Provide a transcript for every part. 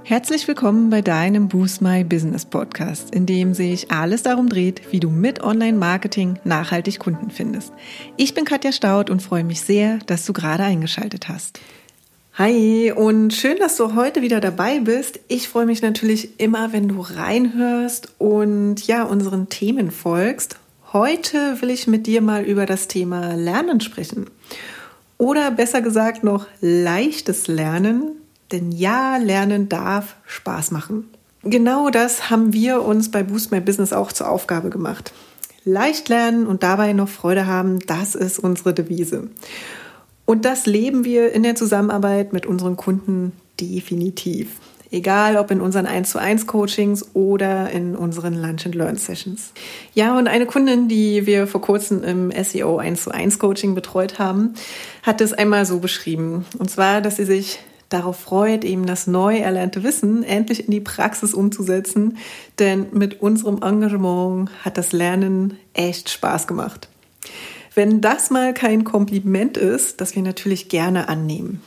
Herzlich willkommen bei deinem Boost My Business Podcast, in dem sich alles darum dreht, wie du mit Online-Marketing nachhaltig Kunden findest. Ich bin Katja Staud und freue mich sehr, dass du gerade eingeschaltet hast. Hi und schön, dass du heute wieder dabei bist. Ich freue mich natürlich immer, wenn du reinhörst und unseren Themen folgst. Heute will ich mit dir mal über das Thema Lernen sprechen. Oder besser gesagt noch leichtes Lernen. Denn ja, Lernen darf Spaß machen. Genau das haben wir uns bei Boost My Business auch zur Aufgabe gemacht. Leicht lernen und dabei noch Freude haben, das ist unsere Devise. Und das leben wir in der Zusammenarbeit mit unseren Kunden definitiv. Egal ob in unseren 1:1 Coachings oder in unseren Lunch and Learn Sessions. Ja, und eine Kundin, die wir vor kurzem im SEO 1:1 Coaching betreut haben, hat es einmal so beschrieben. Und zwar, dass sie sich darauf freut, eben das neu erlernte Wissen endlich in die Praxis umzusetzen, denn mit unserem Engagement hat das Lernen echt Spaß gemacht. Wenn das mal kein Kompliment ist, das wir natürlich gerne annehmen.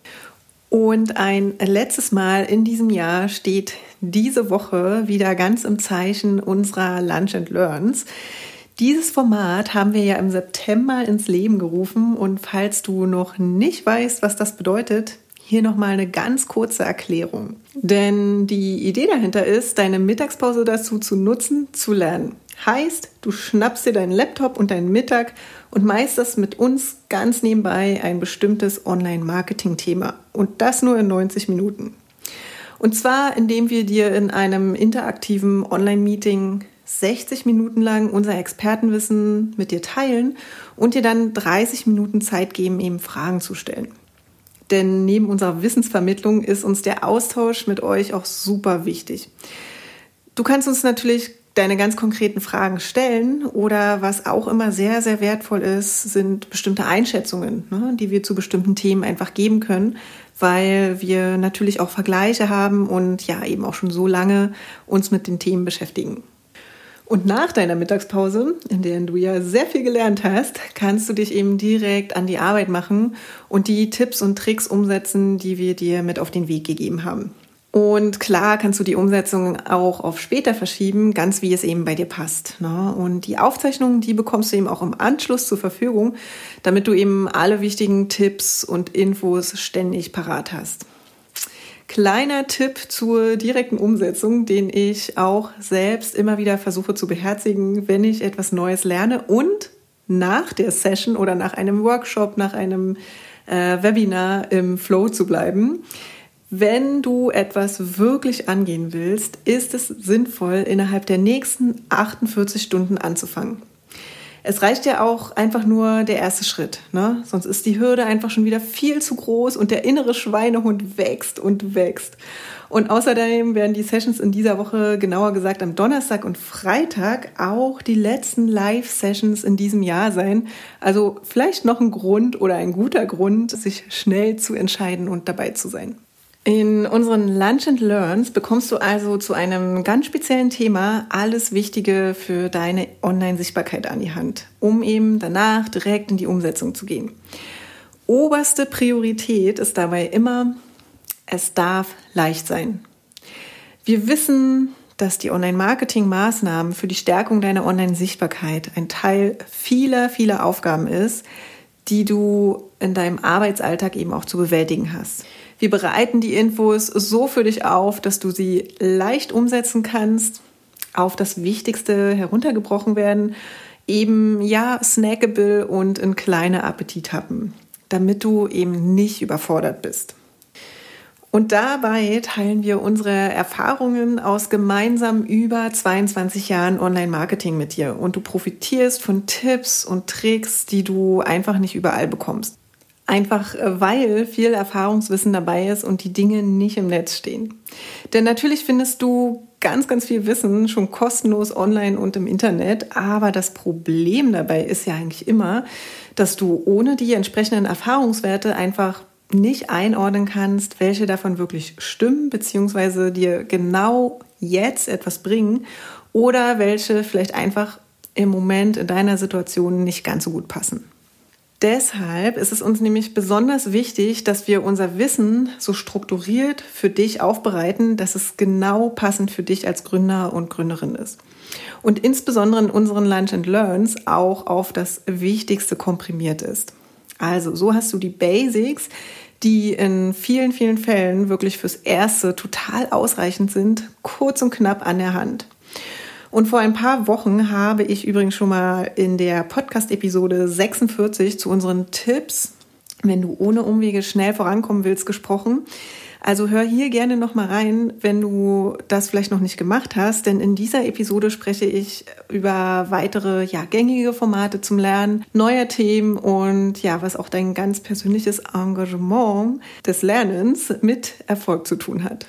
Und ein letztes Mal in diesem Jahr steht diese Woche wieder ganz im Zeichen unserer Lunch and Learns. Dieses Format haben wir ja im September ins Leben gerufen und falls du noch nicht weißt, was das bedeutet, hier nochmal eine ganz kurze Erklärung. Denn die Idee dahinter ist, deine Mittagspause dazu zu nutzen, zu lernen. Heißt, du schnappst dir deinen Laptop und deinen Mittag und meisterst mit uns ganz nebenbei ein bestimmtes Online-Marketing-Thema. Und das nur in 90 Minuten. Und zwar, indem wir dir in einem interaktiven Online-Meeting 60 Minuten lang unser Expertenwissen mit dir teilen und dir dann 30 Minuten Zeit geben, eben Fragen zu stellen. Denn neben unserer Wissensvermittlung ist uns der Austausch mit euch auch super wichtig. Du kannst uns natürlich deine ganz konkreten Fragen stellen oder was auch immer sehr, sehr wertvoll ist, sind bestimmte Einschätzungen, die wir zu bestimmten Themen einfach geben können, weil wir natürlich auch Vergleiche haben und eben auch schon so lange uns mit den Themen beschäftigen. Und nach deiner Mittagspause, in der du ja sehr viel gelernt hast, kannst du dich eben direkt an die Arbeit machen und die Tipps und Tricks umsetzen, die wir dir mit auf den Weg gegeben haben. Und klar kannst du die Umsetzung auch auf später verschieben, ganz wie es eben bei dir passt. Und die Aufzeichnungen, die bekommst du eben auch im Anschluss zur Verfügung, damit du eben alle wichtigen Tipps und Infos ständig parat hast. Kleiner Tipp zur direkten Umsetzung, den ich auch selbst immer wieder versuche zu beherzigen, wenn ich etwas Neues lerne und nach der Session oder nach einem Workshop, nach einem Webinar im Flow zu bleiben. Wenn du etwas wirklich angehen willst, ist es sinnvoll, innerhalb der nächsten 48 Stunden anzufangen. Es reicht ja auch einfach nur der erste Schritt, Sonst ist die Hürde einfach schon wieder viel zu groß und der innere Schweinehund wächst und wächst. Und außerdem werden die Sessions in dieser Woche, genauer gesagt am Donnerstag und Freitag, auch die letzten Live-Sessions in diesem Jahr sein. Also vielleicht noch ein Grund oder ein guter Grund, sich schnell zu entscheiden und dabei zu sein. In unseren Lunch and Learns bekommst du also zu einem ganz speziellen Thema alles Wichtige für deine Online-Sichtbarkeit an die Hand, um eben danach direkt in die Umsetzung zu gehen. Oberste Priorität ist dabei immer, es darf leicht sein. Wir wissen, dass die Online-Marketing-Maßnahmen für die Stärkung deiner Online-Sichtbarkeit ein Teil vieler, vieler Aufgaben ist, die du in deinem Arbeitsalltag eben auch zu bewältigen hast. Wir bereiten die Infos so für dich auf, dass du sie leicht umsetzen kannst, auf das Wichtigste heruntergebrochen werden, eben snackable und in kleine Appetithappen, damit du eben nicht überfordert bist. Und dabei teilen wir unsere Erfahrungen aus gemeinsam über 22 Jahren Online-Marketing mit dir und du profitierst von Tipps und Tricks, die du einfach nicht überall bekommst. Einfach weil viel Erfahrungswissen dabei ist und die Dinge nicht im Netz stehen. Denn natürlich findest du ganz, ganz viel Wissen schon kostenlos online und im Internet. Aber das Problem dabei ist ja eigentlich immer, dass du ohne die entsprechenden Erfahrungswerte einfach nicht einordnen kannst, welche davon wirklich stimmen, beziehungsweise dir genau jetzt etwas bringen oder welche vielleicht einfach im Moment in deiner Situation nicht ganz so gut passen. Deshalb ist es uns nämlich besonders wichtig, dass wir unser Wissen so strukturiert für dich aufbereiten, dass es genau passend für dich als Gründer und Gründerin ist. Und insbesondere in unseren Lunch and Learns auch auf das Wichtigste komprimiert ist. Also so hast du die Basics, die in vielen, vielen Fällen wirklich fürs Erste total ausreichend sind, kurz und knapp an der Hand. Und vor ein paar Wochen habe ich übrigens schon mal in der Podcast-Episode 46 zu unseren Tipps, wenn du ohne Umwege schnell vorankommen willst, gesprochen. Also hör hier gerne nochmal rein, wenn du das vielleicht noch nicht gemacht hast, denn in dieser Episode spreche ich über weitere gängige Formate zum Lernen, neue Themen und was auch dein ganz persönliches Engagement des Lernens mit Erfolg zu tun hat.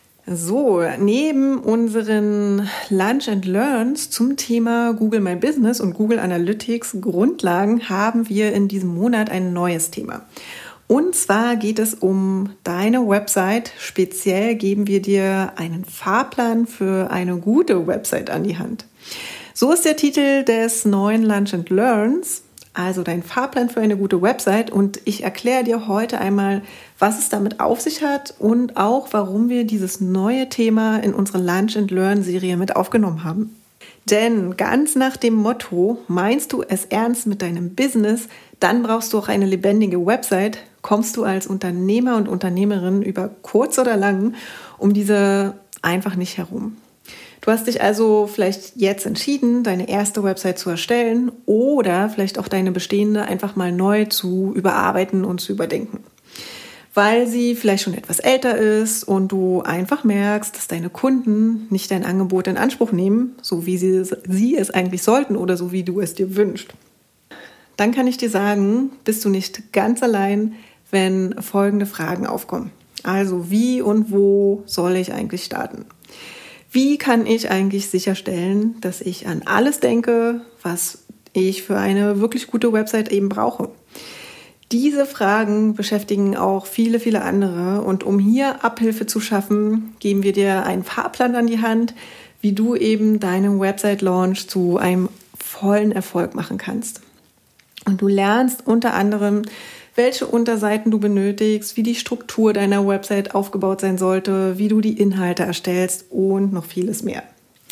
So, neben unseren Lunch and Learns zum Thema Google My Business und Google Analytics Grundlagen haben wir in diesem Monat ein neues Thema. Und zwar geht es um deine Website. Speziell geben wir dir einen Fahrplan für eine gute Website an die Hand. So ist der Titel des neuen Lunch and Learns, also dein Fahrplan für eine gute Website. Und ich erkläre dir heute einmal, was es damit auf sich hat und auch, warum wir dieses neue Thema in unsere Lunch and Learn Serie mit aufgenommen haben. Denn ganz nach dem Motto, meinst du es ernst mit deinem Business, dann brauchst du auch eine lebendige Website, kommst du als Unternehmer und Unternehmerin über kurz oder lang um diese einfach nicht herum. Du hast dich also vielleicht jetzt entschieden, deine erste Website zu erstellen oder vielleicht auch deine bestehende einfach mal neu zu überarbeiten und zu überdenken. Weil sie vielleicht schon etwas älter ist und du einfach merkst, dass deine Kunden nicht dein Angebot in Anspruch nehmen, so wie sie es eigentlich sollten oder so wie du es dir wünschst. Dann kann ich dir sagen, bist du nicht ganz allein, wenn folgende Fragen aufkommen. Also wie und wo soll ich eigentlich starten? Wie kann ich eigentlich sicherstellen, dass ich an alles denke, was ich für eine wirklich gute Website eben brauche? Diese Fragen beschäftigen auch viele, viele andere. Und um hier Abhilfe zu schaffen, geben wir dir einen Fahrplan an die Hand, wie du eben deinen Website-Launch zu einem vollen Erfolg machen kannst. Und du lernst unter anderem, welche Unterseiten du benötigst, wie die Struktur deiner Website aufgebaut sein sollte, wie du die Inhalte erstellst und noch vieles mehr.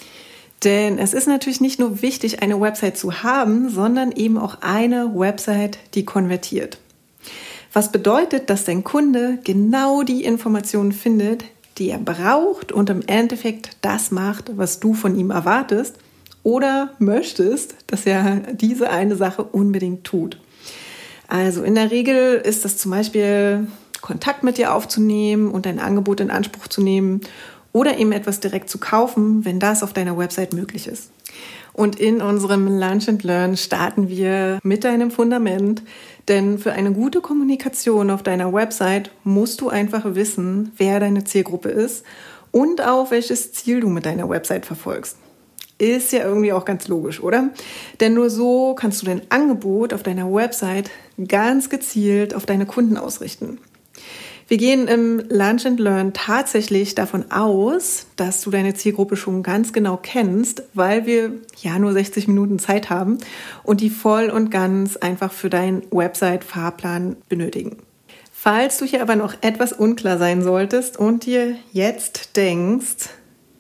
Denn es ist natürlich nicht nur wichtig, eine Website zu haben, sondern eben auch eine Website, die konvertiert. Was bedeutet, dass dein Kunde genau die Informationen findet, die er braucht und im Endeffekt das macht, was du von ihm erwartest oder möchtest, dass er diese eine Sache unbedingt tut. Also in der Regel ist das zum Beispiel Kontakt mit dir aufzunehmen und dein Angebot in Anspruch zu nehmen oder eben etwas direkt zu kaufen, wenn das auf deiner Website möglich ist. Und in unserem Lunch and Learn starten wir mit deinem Fundament, denn für eine gute Kommunikation auf deiner Website musst du einfach wissen, wer deine Zielgruppe ist und auch welches Ziel du mit deiner Website verfolgst. Ist ja irgendwie auch ganz logisch, oder? Denn nur so kannst du dein Angebot auf deiner Website ganz gezielt auf deine Kunden ausrichten. Wir gehen im Lunch and Learn tatsächlich davon aus, dass du deine Zielgruppe schon ganz genau kennst, weil wir nur 60 Minuten Zeit haben und die voll und ganz einfach für deinen Website-Fahrplan benötigen. Falls du hier aber noch etwas unklar sein solltest und dir jetzt denkst,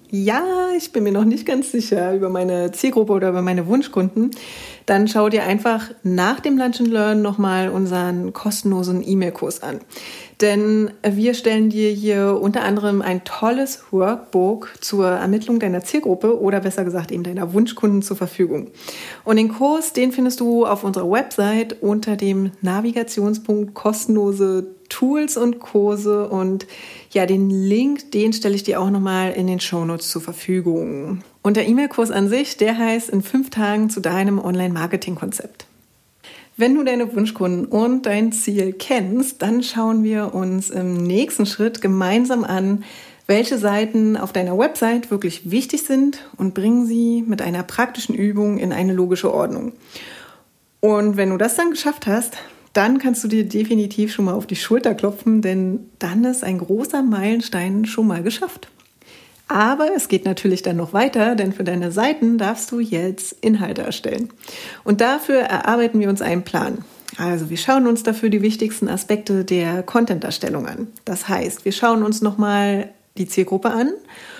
ich bin mir noch nicht ganz sicher über meine Zielgruppe oder über meine Wunschkunden, dann schau dir einfach nach dem Lunch and Learn nochmal unseren kostenlosen E-Mail-Kurs an. Denn wir stellen dir hier unter anderem ein tolles Workbook zur Ermittlung deiner Zielgruppe oder besser gesagt eben deiner Wunschkunden zur Verfügung. Und den Kurs, den findest du auf unserer Website unter dem Navigationspunkt kostenlose Tools und Kurse und den Link, den stelle ich dir auch nochmal in den Shownotes zur Verfügung. Und der E-Mail-Kurs an sich, der heißt in 5 Tagen zu deinem Online-Marketing-Konzept. Wenn du deine Wunschkunden und dein Ziel kennst, dann schauen wir uns im nächsten Schritt gemeinsam an, welche Seiten auf deiner Website wirklich wichtig sind und bringen sie mit einer praktischen Übung in eine logische Ordnung. Und wenn du das dann geschafft hast, dann kannst du dir definitiv schon mal auf die Schulter klopfen, denn dann ist ein großer Meilenstein schon mal geschafft. Aber es geht natürlich dann noch weiter, denn für deine Seiten darfst du jetzt Inhalte erstellen. Und dafür erarbeiten wir uns einen Plan. Also wir schauen uns dafür die wichtigsten Aspekte der Content-Erstellung an. Das heißt, wir schauen uns nochmal die Zielgruppe an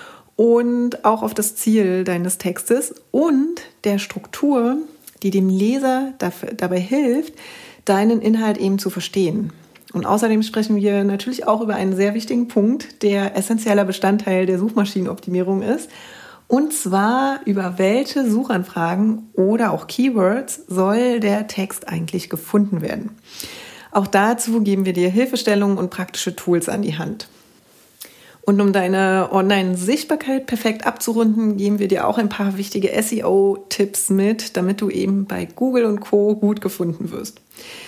und auch auf das Ziel deines Textes und der Struktur, die dem Leser dabei hilft, deinen Inhalt eben zu verstehen. Und außerdem sprechen wir natürlich auch über einen sehr wichtigen Punkt, der essentieller Bestandteil der Suchmaschinenoptimierung ist. Und zwar, über welche Suchanfragen oder auch Keywords soll der Text eigentlich gefunden werden. Auch dazu geben wir dir Hilfestellungen und praktische Tools an die Hand. Und um deine Online-Sichtbarkeit perfekt abzurunden, geben wir dir auch ein paar wichtige SEO-Tipps mit, damit du eben bei Google und Co. gut gefunden wirst.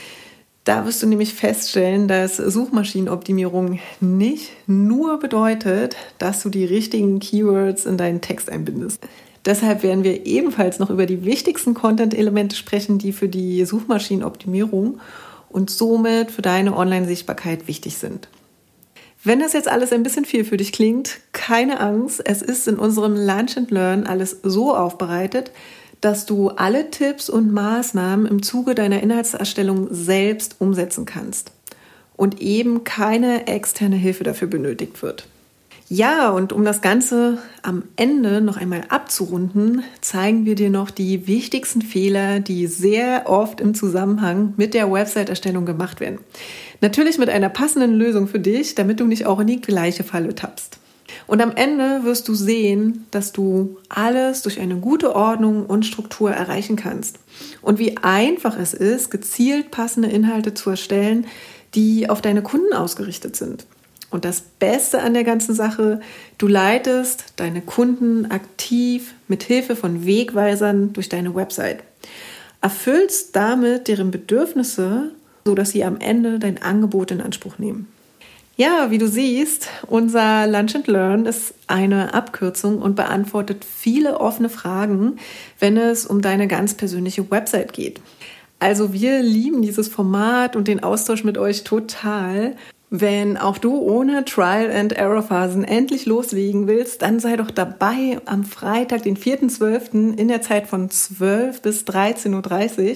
Da wirst du nämlich feststellen, dass Suchmaschinenoptimierung nicht nur bedeutet, dass du die richtigen Keywords in deinen Text einbindest. Deshalb werden wir ebenfalls noch über die wichtigsten Content-Elemente sprechen, die für die Suchmaschinenoptimierung und somit für deine Online-Sichtbarkeit wichtig sind. Wenn das jetzt alles ein bisschen viel für dich klingt, keine Angst, es ist in unserem Lunch and Learn alles so aufbereitet, dass du alle Tipps und Maßnahmen im Zuge deiner Inhaltserstellung selbst umsetzen kannst und eben keine externe Hilfe dafür benötigt wird. Ja, und um das Ganze am Ende noch einmal abzurunden, zeigen wir dir noch die wichtigsten Fehler, die sehr oft im Zusammenhang mit der Website-Erstellung gemacht werden. Natürlich mit einer passenden Lösung für dich, damit du nicht auch in die gleiche Falle tappst. Und am Ende wirst du sehen, dass du alles durch eine gute Ordnung und Struktur erreichen kannst. Und wie einfach es ist, gezielt passende Inhalte zu erstellen, die auf deine Kunden ausgerichtet sind. Und das Beste an der ganzen Sache, du leitest deine Kunden aktiv mit Hilfe von Wegweisern durch deine Website. Erfüllst damit deren Bedürfnisse, sodass sie am Ende dein Angebot in Anspruch nehmen. Ja, wie du siehst, unser Lunch and Learn ist eine Abkürzung und beantwortet viele offene Fragen, wenn es um deine ganz persönliche Website geht. Also wir lieben dieses Format und den Austausch mit euch total. Wenn auch du ohne Trial-and-Error-Phasen endlich loslegen willst, dann sei doch dabei am Freitag, den 4.12. in der Zeit von 12 bis 13.30 Uhr.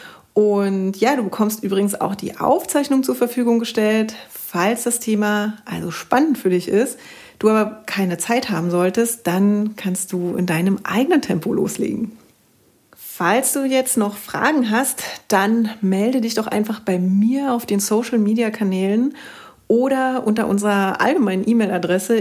Und ja, du bekommst übrigens auch die Aufzeichnung zur Verfügung gestellt, falls das Thema also spannend für dich ist, du aber keine Zeit haben solltest, dann kannst du in deinem eigenen Tempo loslegen. Falls du jetzt noch Fragen hast, dann melde dich doch einfach bei mir auf den Social-Media-Kanälen oder unter unserer allgemeinen E-Mail-Adresse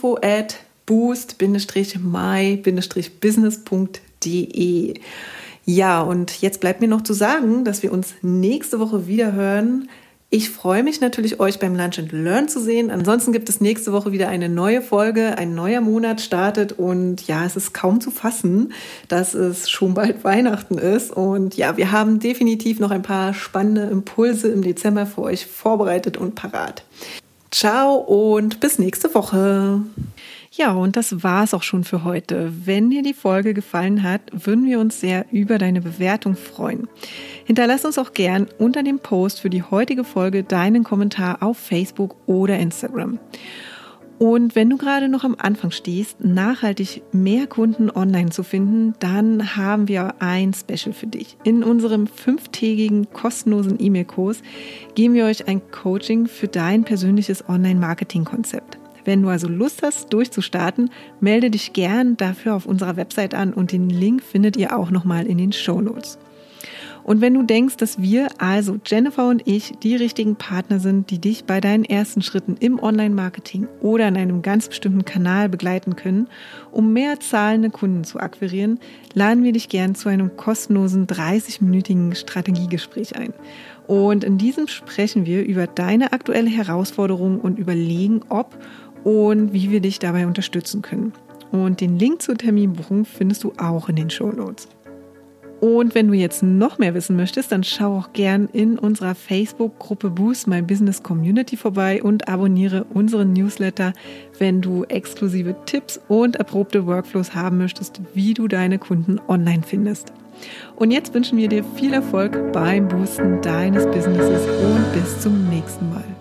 info@boost-my-business.de. Ja, und jetzt bleibt mir noch zu sagen, dass wir uns nächste Woche wieder hören. Ich freue mich natürlich, euch beim Lunch and Learn zu sehen. Ansonsten gibt es nächste Woche wieder eine neue Folge. Ein neuer Monat startet und ja, es ist kaum zu fassen, dass es schon bald Weihnachten ist. Und ja, wir haben definitiv noch ein paar spannende Impulse im Dezember für euch vorbereitet und parat. Ciao und bis nächste Woche. Ja, und das war's auch schon für heute. Wenn dir die Folge gefallen hat, würden wir uns sehr über deine Bewertung freuen. Hinterlass uns auch gern unter dem Post für die heutige Folge deinen Kommentar auf Facebook oder Instagram. Und wenn du gerade noch am Anfang stehst, nachhaltig mehr Kunden online zu finden, dann haben wir ein Special für dich. In unserem 5-tägigen kostenlosen E-Mail-Kurs geben wir euch ein Coaching für dein persönliches Online-Marketing-Konzept. Wenn du also Lust hast, durchzustarten, melde dich gern dafür auf unserer Website an und den Link findet ihr auch nochmal in den Shownotes. Und wenn du denkst, dass wir, also Jennifer und ich, die richtigen Partner sind, die dich bei deinen ersten Schritten im Online-Marketing oder in einem ganz bestimmten Kanal begleiten können, um mehr zahlende Kunden zu akquirieren, laden wir dich gern zu einem kostenlosen 30-minütigen Strategiegespräch ein. Und in diesem sprechen wir über deine aktuelle Herausforderung und überlegen, ob und wie wir dich dabei unterstützen können. Und den Link zur Terminbuchung findest du auch in den Shownotes. Und wenn du jetzt noch mehr wissen möchtest, dann schau auch gern in unserer Facebook-Gruppe Boost My Business Community vorbei und abonniere unseren Newsletter, wenn du exklusive Tipps und erprobte Workflows haben möchtest, wie du deine Kunden online findest. Und jetzt wünschen wir dir viel Erfolg beim Boosten deines Businesses und bis zum nächsten Mal.